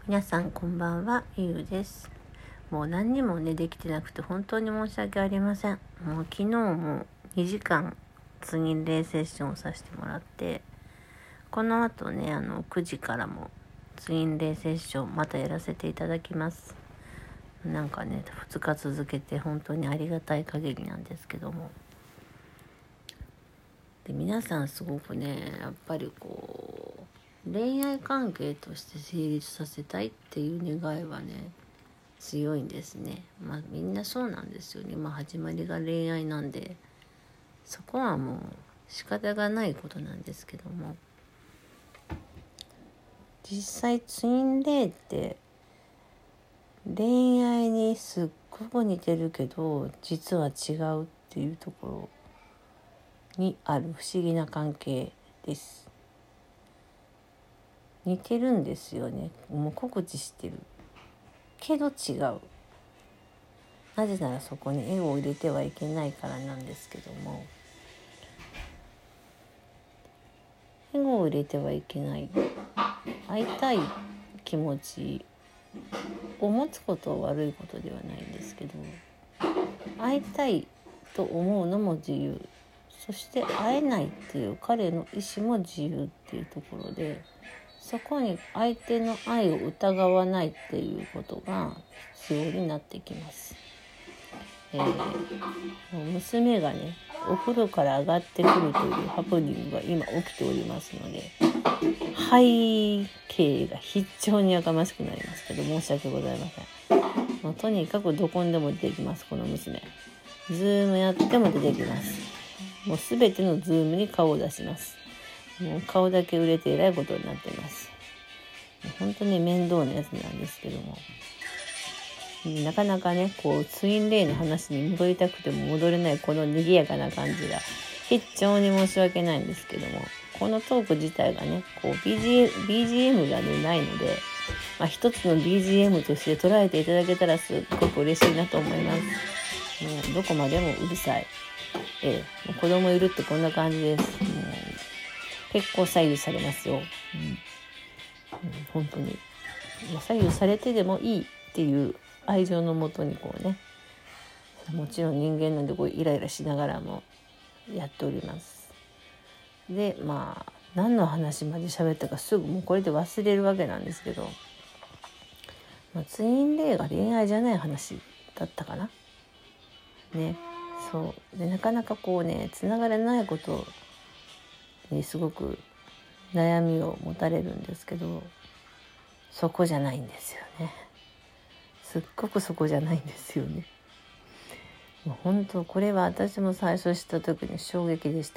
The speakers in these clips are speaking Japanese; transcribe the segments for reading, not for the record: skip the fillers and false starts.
皆さんこんばんは、ゆうです。もう何にもねできてなくて本当に申し訳ありません。もう昨日も2時間ツインレイセッションをさせてもらって、この後ね9時からもツインレイセッションまたやらせていただきます。なんかね2日続けて本当にありがたい限りなんですけども、で皆さんすごくねやっぱり恋愛関係として成立させたいっていう願いはね強いんですね。みんなそうなんですよね。始まりが恋愛なんで、そこはもう仕方がないことなんですけども、実際ツインレイって恋愛にすっごく似てるけど実は違うっていうところにある不思議な関係です。似てるんですよね。もう告知してるけど違う。なぜならそこに絵を入れてはいけないからなんですけども、エゴを入れてはいけない。会いたい気持ちを持つことは悪いことではないんですけど、会いたいと思うのも自由、そして会えないっていう彼の意思も自由っていうところで、そこに相手の愛を疑わないっていうことが必要になってきます。娘がねお風呂から上がってくるというハプニングが今起きておりますので、背景が非常にやかましくなりますけど申し訳ございません。もうとにかくどこにでも出てきます。この娘ズームやっても出てきます。もうすべてのズームに顔を出します。もう顔だけ売れてえらいことになっています。本当に面倒なやつなんですけども、なかなかねツインレイの話に戻りたくても戻れないこの賑やかな感じが非常に申し訳ないんですけども、このトーク自体がねBGM がねないので、一つの BGM として捉えていただけたらすっごく嬉しいなと思います。もうどこまでもうるさい。もう子供いるってこんな感じです。もう結構左右されますよ。本当に左右されてでもいいっていう愛情のもとにもちろん人間なんでイライラしながらもやっております。で何の話まで喋ったかすぐもうこれで忘れるわけなんですけど、ツインレイが恋愛じゃない話だったかなね。そうでなかなかつながれないことにすごく悩みを持たれるんですけど、そこじゃないんですよね。すっごくそこじゃないんですよね。もう本当これは私も最初知った時に衝撃でした。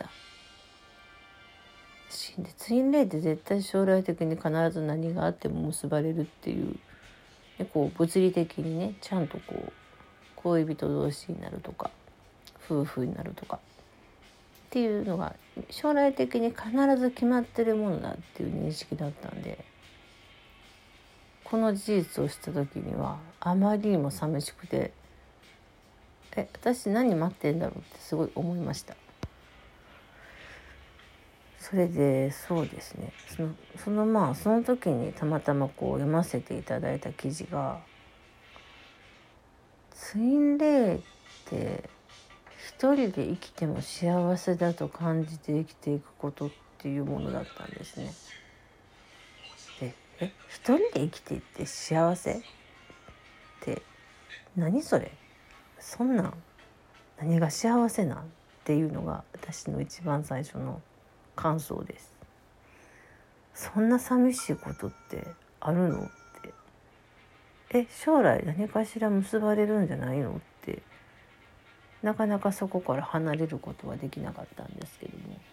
ツインレイって絶対将来的に必ず何があっても結ばれるっていう、物理的にねちゃんと恋人同士になるとか夫婦になるとかっていうのが将来的に必ず決まってるものだっていう認識だったんで、この事実を知った時にはあまりにも寂しくて、私何待ってんだろうってすごい思いました。それでそうですね、その時にたまたま読ませていただいた記事が、ツインレイって一人で生きても幸せだと感じて生きていくことっていうものだったんですね。で一人で生きていって幸せって何それ、そんなん何が幸せなんっていうのが私の一番最初の感想です。そんな寂しいことってあるのって、将来何かしら結ばれるんじゃないのって、なかなかそこから離れることはできなかったんですけど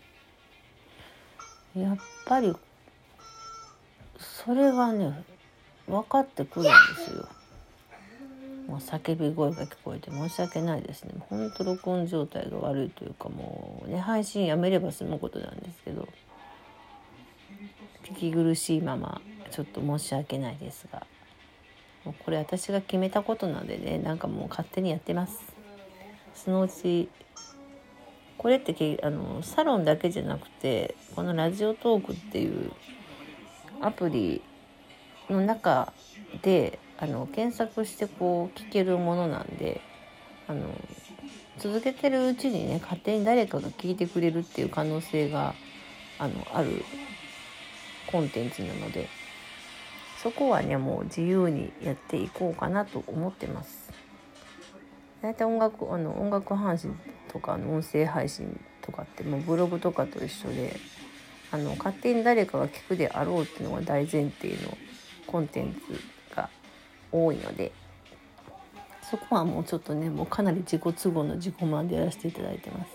も、やっぱりそれがね分かってくるんですよ。もう叫び声が聞こえて申し訳ないですね。本当録音状態が悪いというか、もうね配信やめれば済むことなんですけど、聞き苦しいままちょっと申し訳ないですが、もうこれ私が決めたことなんでね、もう勝手にやってます。そのうちこれってサロンだけじゃなくて、このラジオトークっていうアプリの中で検索してこう聞けるものなんで、続けてるうちにね、勝手に誰かが聞いてくれるっていう可能性があるコンテンツなので、そこはねもう自由にやっていこうかなと思ってます。だいたい音楽配信とか音声配信とかってもうブログとかと一緒で、勝手に誰かが聞くであろうっていうのが大前提のコンテンツが多いので、そこはもうちょっとね、もうかなり自己都合の自己満でやらせていただいてます。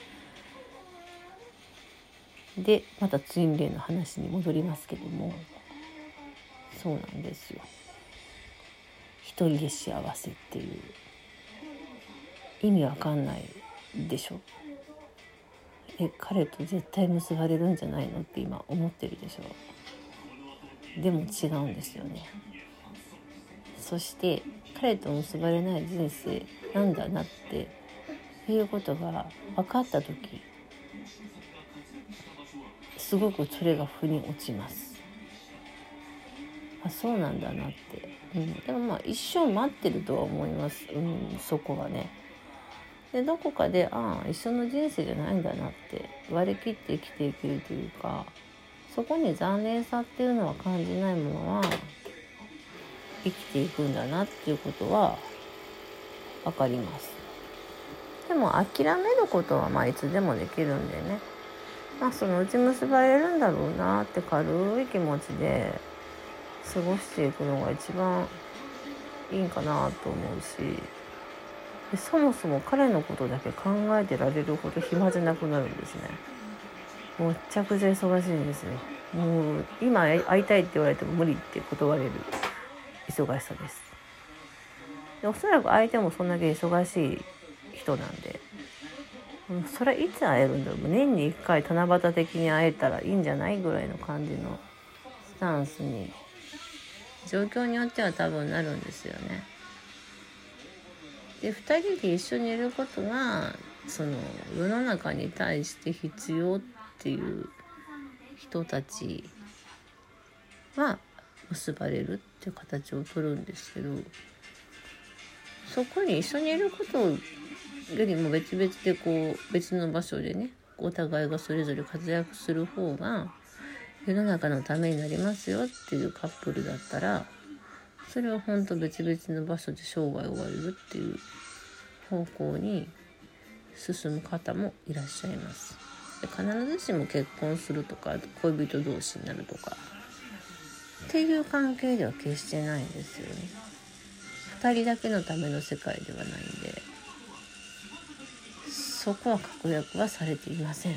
でまたツインレイの話に戻りますけども、そうなんですよ。一人で幸せっていう意味わかんないでしょ。彼と絶対結ばれるんじゃないのって今思ってるでしょ。でも違うんですよね。そして彼と結ばれない人生なんだなっていうことが分かった時、すごくそれが腑に落ちます。そうなんだなって、でも一生待ってるとは思います、そこはね。でどこかで一緒の人生じゃないんだなって割り切って生きていけるというか、そこに残念さっていうのは感じないものは生きていくんだなっていうことは分かります。でも諦めることはいつでもできるんでね、そのうち結ばれるんだろうなって軽い気持ちで過ごしていくのが一番いいんかなと思うし、でそもそも彼のことだけ考えてられるほど暇じゃなくなるんですね。もうめちゃくちゃ忙しいんですよ。もう今会いたいって言われても無理って断れる忙しさです。でおそらく相手もそんだけ忙しい人なんで、それいつ会えるんだろう、年に1回七夕的に会えたらいいんじゃないぐらいの感じのスタンスに状況によっては多分なるんですよね。で2人で一緒にいることがその世の中に対して必要っていう人たちは結ばれるっていう形を取るんですけど、そこに一緒にいることよりも別々でこう別の場所でね、お互いがそれぞれ活躍する方が世の中のためになりますよっていうカップルだったら、それは本当別々の場所で生涯を終われるっていう方向に進む方もいらっしゃいます。で必ずしも結婚するとか恋人同士になるとかっていう関係では決してないんですよね。2人だけのための世界ではないんで、そこは確約はされていません。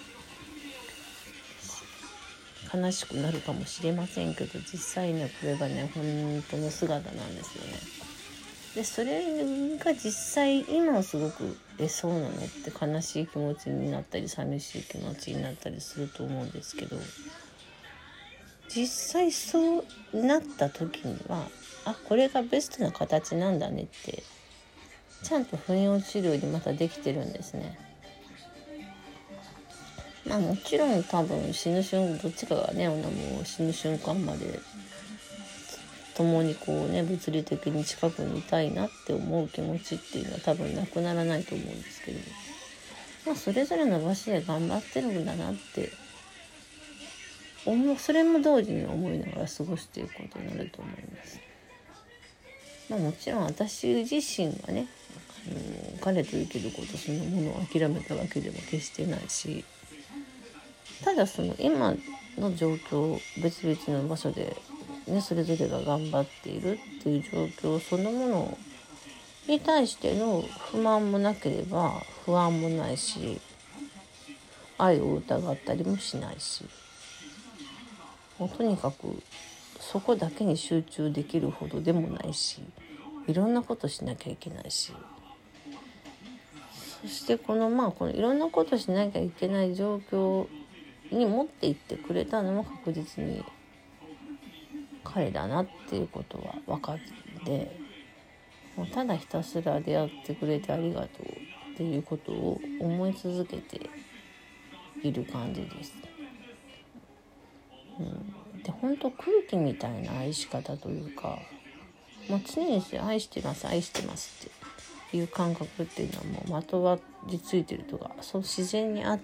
悲しくなるかもしれませんけど、実際ねこれがね本当の姿なんですよね。でそれが実際今はすごくそうなのって悲しい気持ちになったり寂しい気持ちになったりすると思うんですけど、実際そうなった時にはこれがベストな形なんだねってちゃんと腑に落ちるようにまたできてるんですね。もちろん多分どっちかがねもう死ぬ瞬間まで共にこうね物理的に近くにいたいなって思う気持ちっていうのは多分なくならないと思うんですけど、それぞれの場所で頑張ってるんだなってそれも同時に思いながら過ごしていくことになると思います。もちろん私自身がね彼と生きることそのものを諦めたわけでも決してないし、ただその今の状況別々の場所で、それぞれが頑張っているっていう状況そのものに対しての不満もなければ不安もないし、愛を疑ったりもしないし、もうとにかくそこだけに集中できるほどでもないし、いろんなことしなきゃいけないし、そしてこのいろんなことしなきゃいけない状況に持っていってくれたのも確実に彼だなっていうことは分かってもうただひたすら出会ってくれてありがとうっていうことを思い続けている感じです。 って本当空気みたいな愛し方というか、もう常に愛してます愛してますっていう感覚っていうのはもうまとわりついてるとか、そう自然にあって、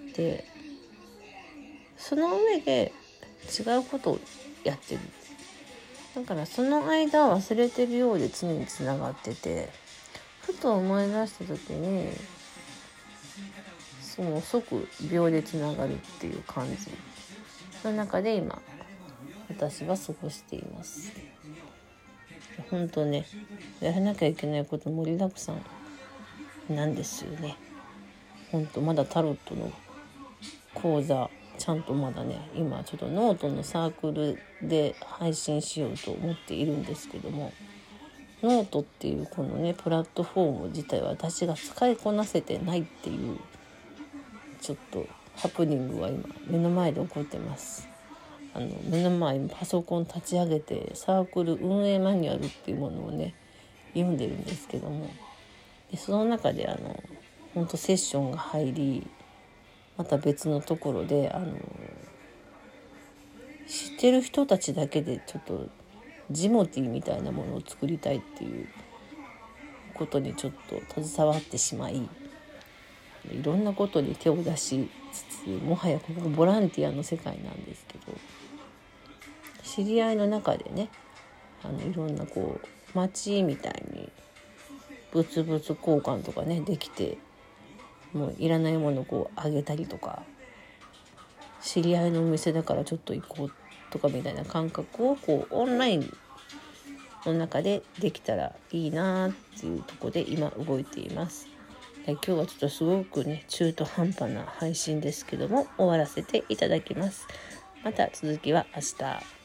その上で違うことをやってる。だからその間忘れてるようで常につながってて、ふと思い出した時にその即秒でつながるっていう感じの中で今私は過ごしています。本当ね、やらなきゃいけないこと盛りだくさんなんですよね。本当まだタロットの講座ちゃんとまだね、今ちょっとノートのサークルで配信しようと思っているんですけども、ノートっていうこのねプラットフォーム自体は私が使いこなせてないっていうちょっとハプニングは今目の前で起こってます。目の前にパソコン立ち上げてサークル運営マニュアルっていうものをね読んでるんですけども、でその中で本当セッションが入り、また別のところで知ってる人たちだけでちょっとジモティーみたいなものを作りたいっていうことにちょっと携わってしまい、いろんなことに手を出しつつ、もはやここボランティアの世界なんですけど、知り合いの中でねいろんなこう街みたいに物々交換とかねできて、もういらないものをこうあげたりとか、知り合いのお店だからちょっと行こうとかみたいな感覚をこうオンラインの中でできたらいいなっていうところで今動いています。今日はちょっとすごくね中途半端な配信ですけども終わらせていただきます。また続きは明日。